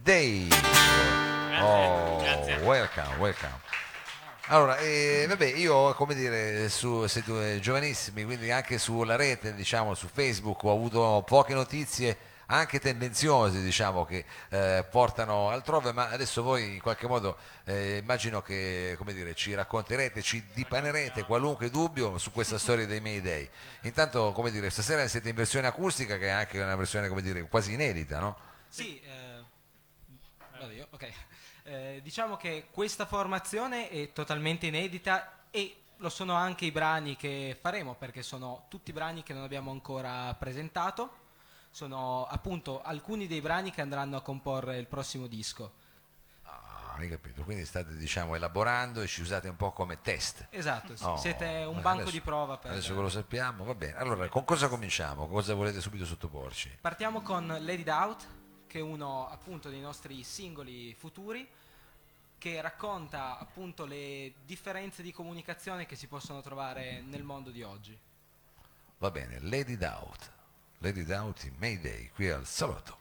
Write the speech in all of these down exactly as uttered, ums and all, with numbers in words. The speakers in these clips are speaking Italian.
Dave. Oh, welcome, welcome. Allora, eh, vabbè, io come dire, su, siete giovanissimi, quindi anche sulla rete, diciamo, su Facebook ho avuto poche notizie, anche tendenziose, diciamo, che eh, portano altrove, ma adesso voi in qualche modo eh, immagino che, come dire, ci racconterete, ci dipanerete qualunque dubbio su questa storia dei Mayday. Intanto, come dire, stasera siete in versione acustica, che è anche una versione, come dire, quasi inedita, no? Sì, eh, vado io, ok. Eh, diciamo che questa formazione è totalmente inedita e lo sono anche i brani che faremo, perché sono tutti brani che non abbiamo ancora presentato. Sono appunto alcuni dei brani che andranno a comporre il prossimo disco. Ah, hai capito, quindi state, diciamo, elaborando e ci usate un po' come test. Esatto, sì. Oh, Siete un eh, banco adesso, di prova per... adesso che lo sappiamo, va bene. Allora, con cosa cominciamo? Cosa volete subito sottoporci? Partiamo con Let It Out, che è uno appunto dei nostri singoli futuri, che racconta appunto le differenze di comunicazione che si possono trovare nel mondo di oggi. Va bene, Lady Doubt. Lady Doubt in Mayday, qui al Salotto.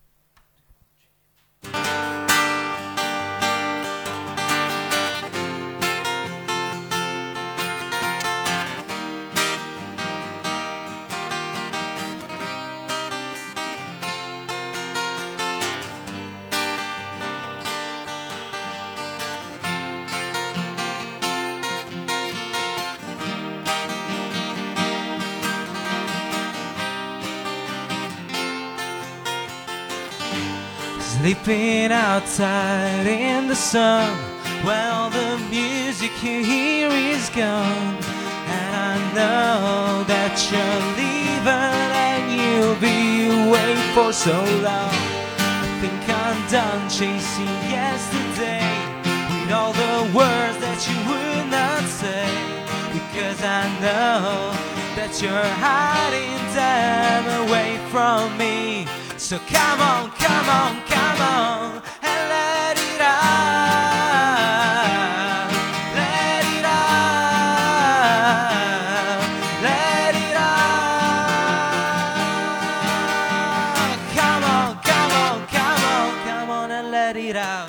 Sleeping outside in the sun, while the music you hear is gone. And I know that you're leaving and you'll be away for so long. I think I'm done chasing yesterday with all the words that you would not say, because I know that you're hiding time away from me. So come on, come on, come on, and let it out, let it out, let it out. Come on, come on, come on, come on, and let it out.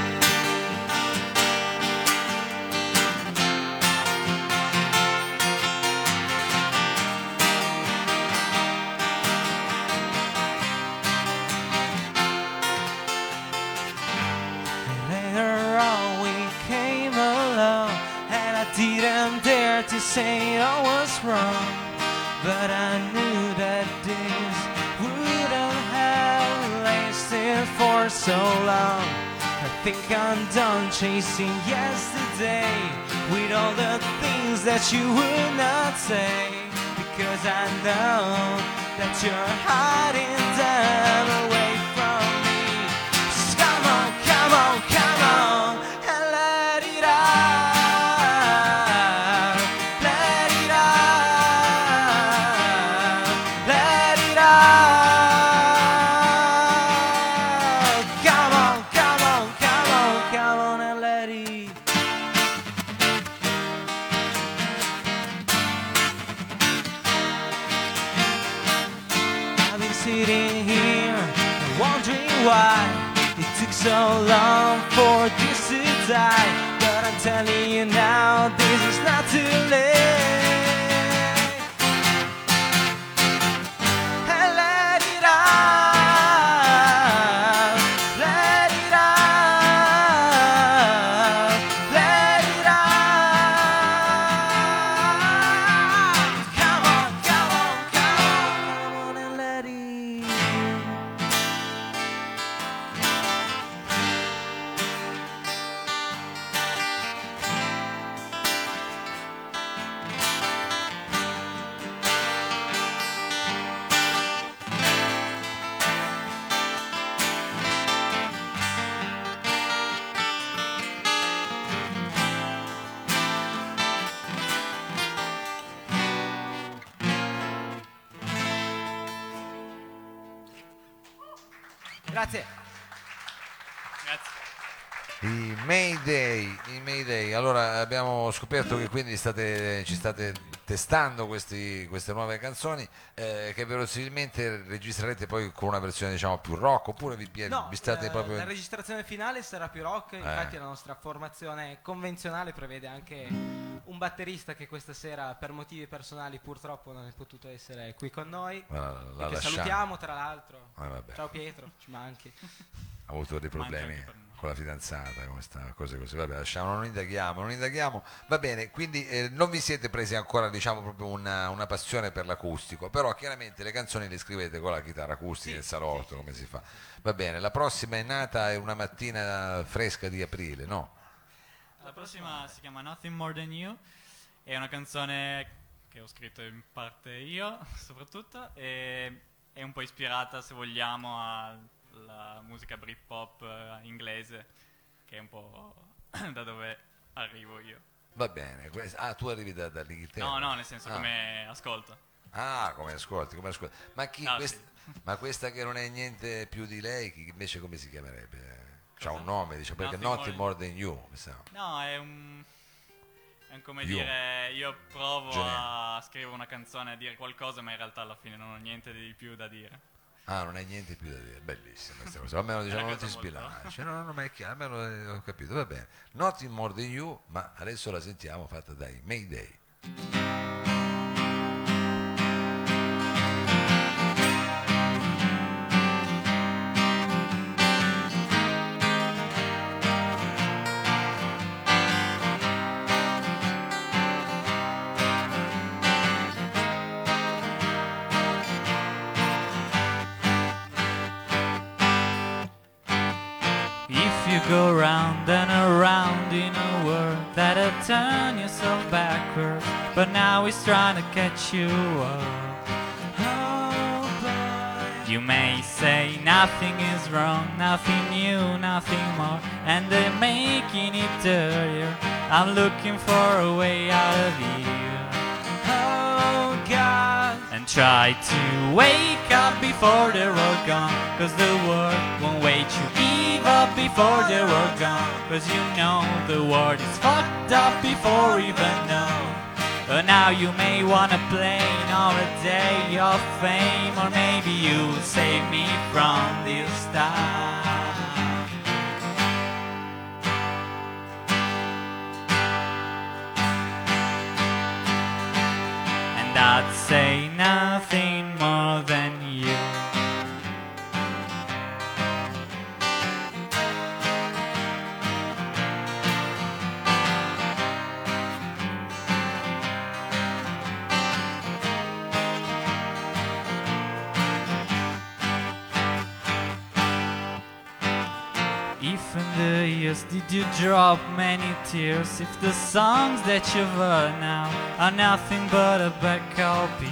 Didn't dare to say I was wrong, but I knew that this wouldn't have lasted for so long. I think I'm done chasing yesterday with all the things that you would not say, because I know that you're hiding them away from me. So come on, come on, come on, and let it out. Sitting here and wondering why it took so long for this to die. But I'm telling you now, this is not too late. And let it out, let it out, let it out. Come on, come on, come on, come on and let it. Grazie. I Mayday, i Mayday. Allora abbiamo scoperto che quindi state, ci state testando questi- queste nuove canzoni eh, che verosimilmente registrerete poi con una versione diciamo più rock, oppure vi, vi No, state eh, proprio... la registrazione finale sarà più rock, infatti la nostra formazione convenzionale prevede anche un batterista che questa sera per motivi personali purtroppo non è potuto essere qui con noi, La- la e che lasciamo. salutiamo tra l'altro. Ah, vabbè. Ciao Pietro, ci manchi. Ha avuto dei problemi anche per noi. con la fidanzata, come sta, cose così. Vabbè, lasciamo, non indaghiamo, non indaghiamo. Va bene, quindi eh, non vi siete presi ancora, diciamo, proprio una, una passione per l'acustico, però chiaramente le canzoni le scrivete con la chitarra acustica Sì, nel salotto, come si fa. Va bene, la prossima è nata è una mattina fresca di aprile, no? La prossima si chiama Nothing More Than You, è una canzone che ho scritto in parte io soprattutto, e è un po' ispirata, se vogliamo, alla musica Britpop eh, inglese, che è un po' da dove arrivo io. Va bene, que- ah, tu arrivi da, dall'Inghilterra? No, no, nel senso Ah. come ascolto. Ah, come ascolti, come ascolti. Ma, chi, Ah, quest- ma questa che non è niente più di lei, chi invece come si chiamerebbe? C'ha Cosa? un nome, diciamo, perché Nothing Nothing More More Than You, mi sa. No, è un... è un come You. dire, io provo Genere. a scrivere una canzone, a dire qualcosa, ma in realtà alla fine non ho niente di più da dire. Ah, non hai niente più da dire, bellissima questa cosa. Almeno diciamo È una non ti cosa molto- sbilanci. No, no, ma è chiaro, almeno eh, ho capito, va bene. Nothing More Than You, ma adesso la sentiamo fatta dai Mayday. If you go round and around in a world that'll turn yourself backwards, but now it's trying to catch you up. Oh, boy. You may say nothing is wrong, nothing new, nothing more, and they're making it dirtier. I'm looking for a way out of here. Oh, God. And try to wake up before they're all gone, cause the world won't wait. You give up before they're all gone, cause you know the world is fucked up before you even know. But now you may want a plane or a day of fame, or maybe you'll save me from this time. And I'd say nothing more than you. If in the years did you drop many tears, if the songs that you've heard now are nothing but a bad copy,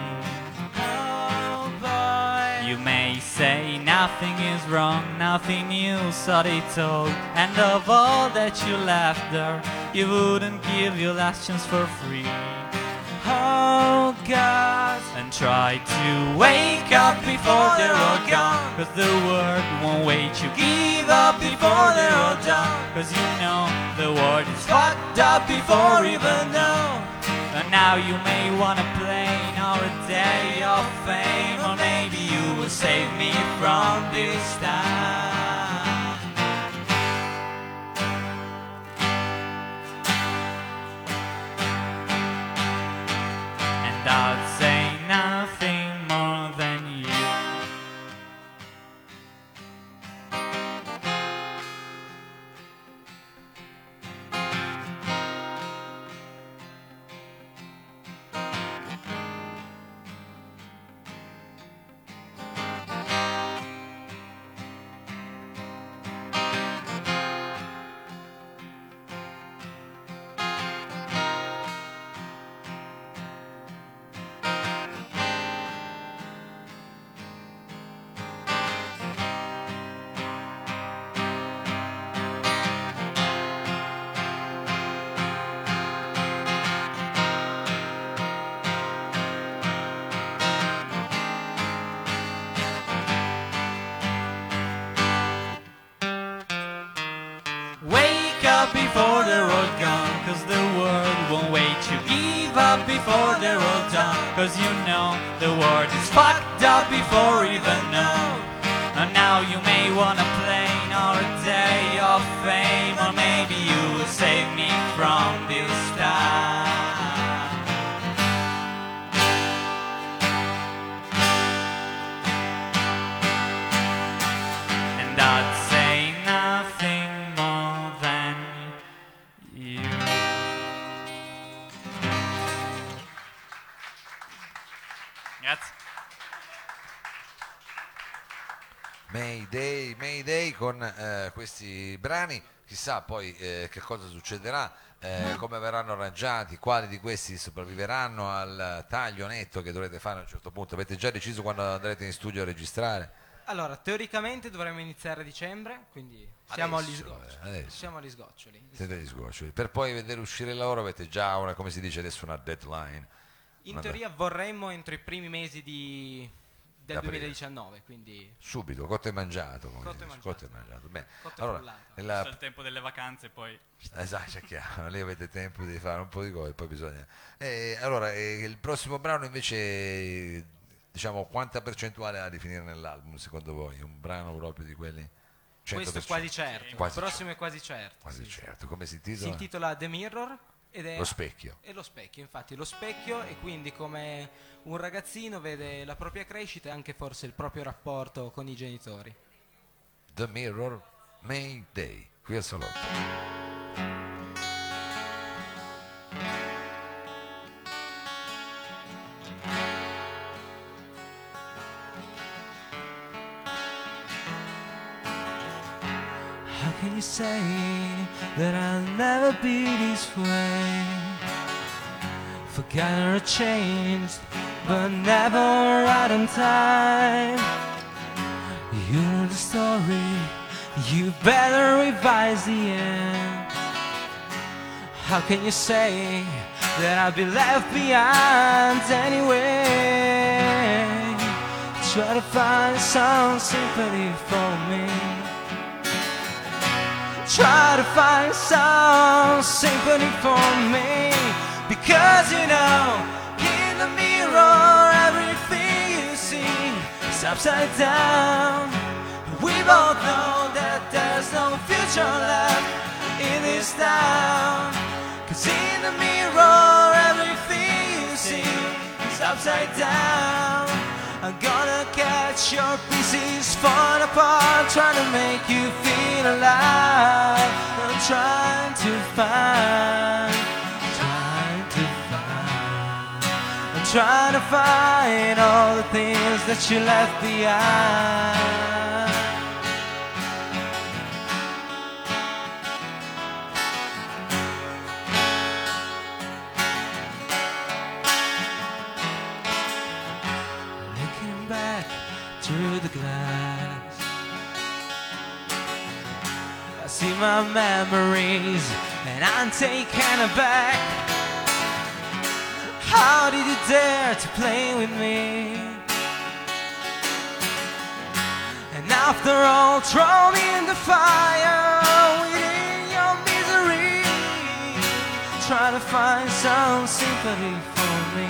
Oh, boy. you may say nothing is wrong, nothing new, so they told. And of all that you left there, you wouldn't give your last chance for free. Oh, God. And try to wake up before they're all gone, cause the world won't wait. You give up before they're all done, cause you know the world is fucked up before you even know. And now you may want a plane or a day of fame, or maybe you will save me from this time. And I'd say nothing more than you. done. Cause you know the world is fucked up before we even know. And now you may want a plane or a day of fame, or maybe you will save me from this time. And I'd say nothing more than you. Grazie. Mayday, Mayday con eh, questi brani, chissà poi eh, che cosa succederà, eh, come verranno arrangiati, quali di questi sopravviveranno al taglio netto che dovrete fare a un certo punto. Avete già deciso quando andrete in studio a registrare? Allora, teoricamente dovremmo iniziare a dicembre, quindi siamo agli Adesso, sgoccioli. eh, adesso. Siamo agli sgoccioli. Siete gli sgoccioli. Per poi vedere uscire il lavoro avete già una, come si dice adesso, una deadline. In Una teoria vorremmo entro i primi mesi di... del Aprile. duemiladiciannove, quindi Subito, cotto e mangiato. Come Cotto si e dice, mangiato. cotto e mangiato. Bene. Cotto e Allora, frullato. nella- Questo è il tempo delle vacanze, poi esatto, è chiaro, lì avete tempo di fare un po' di cose, poi bisogna. Eh, allora, eh, il prossimo brano invece, eh, diciamo, quanta percentuale ha di finire nell'album secondo voi? Un brano proprio di quelli? cento per questo è cento? quasi certo. Quasi il prossimo è quasi certo. Quasi sì. certo. Come si Si intitola? intitola The Mirror ed è Lo specchio. è lo specchio, infatti lo specchio, e quindi come un ragazzino vede la propria crescita e anche forse il proprio rapporto con i genitori. The Mirror, Mayday, qui al salotto. How can you say that I'll never be this way? Forgotten or changed, but never right on time. You know the story, you better revise the end. How can you say that I'll be left behind anyway? Try to find some sympathy for me. Try to find some sympathy for me. Because you know, in the mirror, everything you see is upside down. We both know that there's no future left in this town. Cause in the mirror, everything you see is upside down. I'm gonna catch your pieces falling apart, trying to make you feel alive. I'm trying to find, trying to find, I'm trying to find all the things that you left behind. Looking back through the glass, I see my memories and I'm taken aback. How did you dare to play with me? And after all, throw me in the fire within your misery. Try to find some sympathy for me.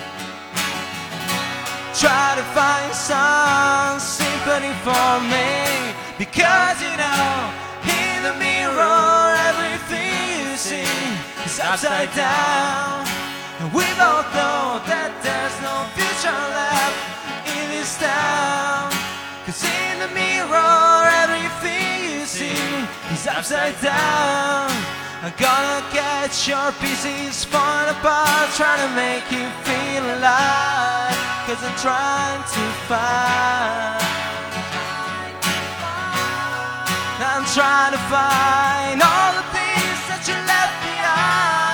Try to find some sympathy for me. Because you know, in the mirror, everything you see is upside down. And we both know that there's no future left in this town. Cause in the mirror, everything you see is upside down. I'm gonna catch your pieces falling apart, trying to make you feel alive. Cause I'm trying to find, I'm trying to find all the things that you left behind.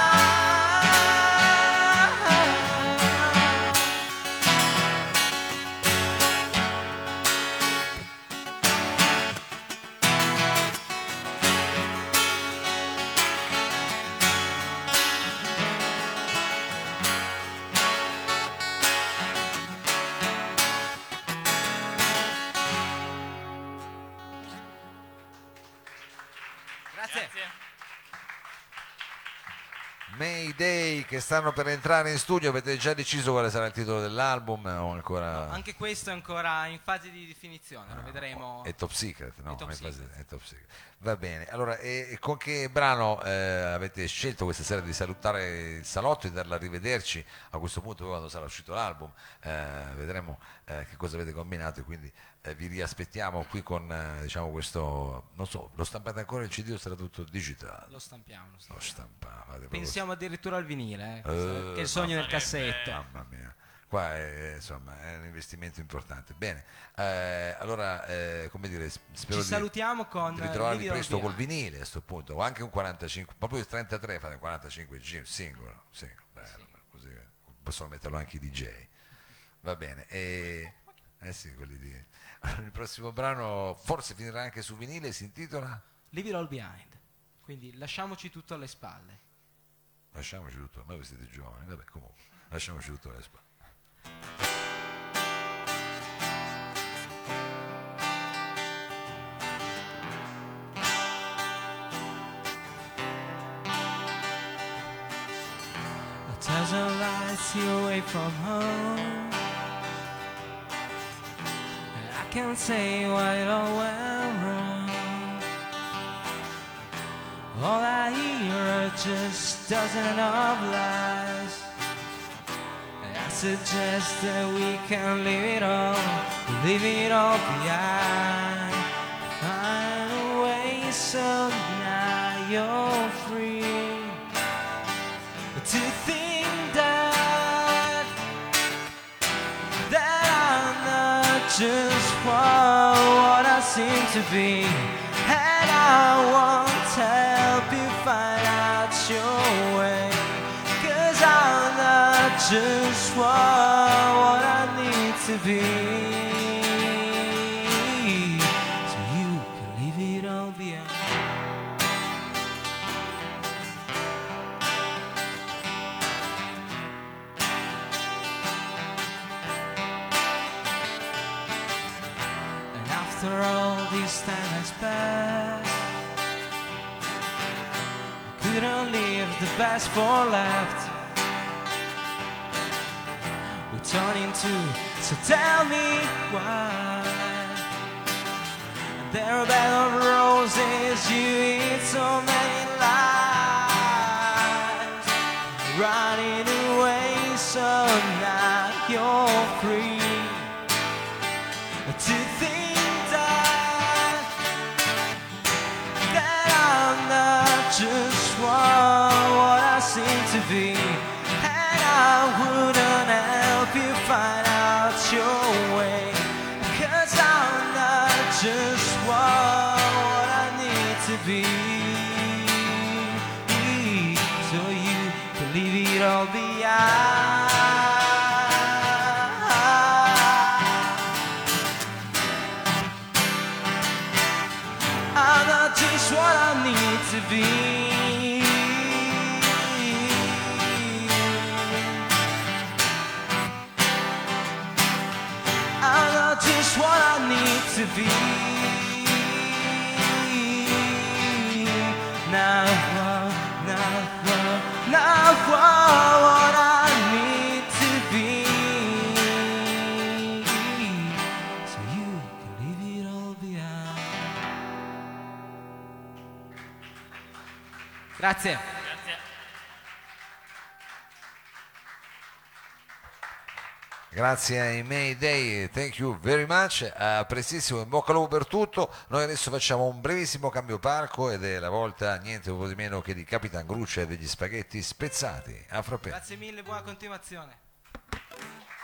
Grazie. grazie. Mayday che stanno per entrare in studio. Avete già deciso quale sarà il titolo dell'album o ancora? No, anche questo è ancora in fase di definizione, lo vedremo. È top secret, no? È top È fase- secret. è top secret. Va bene, allora e, e con che brano eh, avete scelto questa sera di salutare il salotto e darla a rivederci? A questo punto poi quando sarà uscito l'album eh, vedremo eh, che cosa avete combinato e quindi eh, vi riaspettiamo qui con eh, diciamo questo, non so, lo stampate ancora il C D o sarà tutto digitale? Lo stampiamo, lo Lo stampiamo. stampate proprio- Pensiamo addirittura al vinile, eh, Eh, che è il sogno del cassetto. Mamma mia, qua è, insomma, è un investimento importante. Bene, eh, allora, eh, come dire, s- spero Ci di, salutiamo con di ritrovarvi Livido presto All col Behind. vinile a questo punto, o anche un quarantacinque, proprio il trentatré fate un quarantacinque G, singolo, singolo, bello, così possono metterlo anche i D J. Va bene, e, eh sì, quelli di... Allora, il prossimo brano forse finirà anche su vinile, si intitola Leave it all behind. Quindi lasciamoci tutto alle spalle. Lasciamoci tutto, ma voi siete giovani, vabbè comunque, lasciamoci tutto alle spalle. A thousand lights you away from home. And I can't say why it all went wrong. All I hear are just dozen of lies. And I suggest that we can leave it all, leave it all behind. Find a way so now you're free. To think that that I'm not just what, what I seem to be, and I won't help you find out your way, 'cause I'm not just what, what I need to be. So you can leave it all behind. After all this time has passed, I couldn't leave the best for last. We turn into, so tell me why. There are bed of roses, you eat so many lies, running away, so now you're free. To think that that I'm not just what, what I seem to be, and I wouldn't help you find out your way, 'cause I'm not just what, what I need to be. So you can leave it all behind. I'm not just what I need to be. I'm not just what I need to be. Now what, now what, now what, what I need to be. So you can leave it all behind. Grazie. Grazie ai Mayday, thank you very much, a prestissimo, in bocca al lupo per tutto. Noi adesso facciamo un brevissimo cambio palco ed è la volta niente po' di meno che di Capitan Gruccia e degli spaghetti spezzati. A fra poco. Grazie mille, buona continuazione.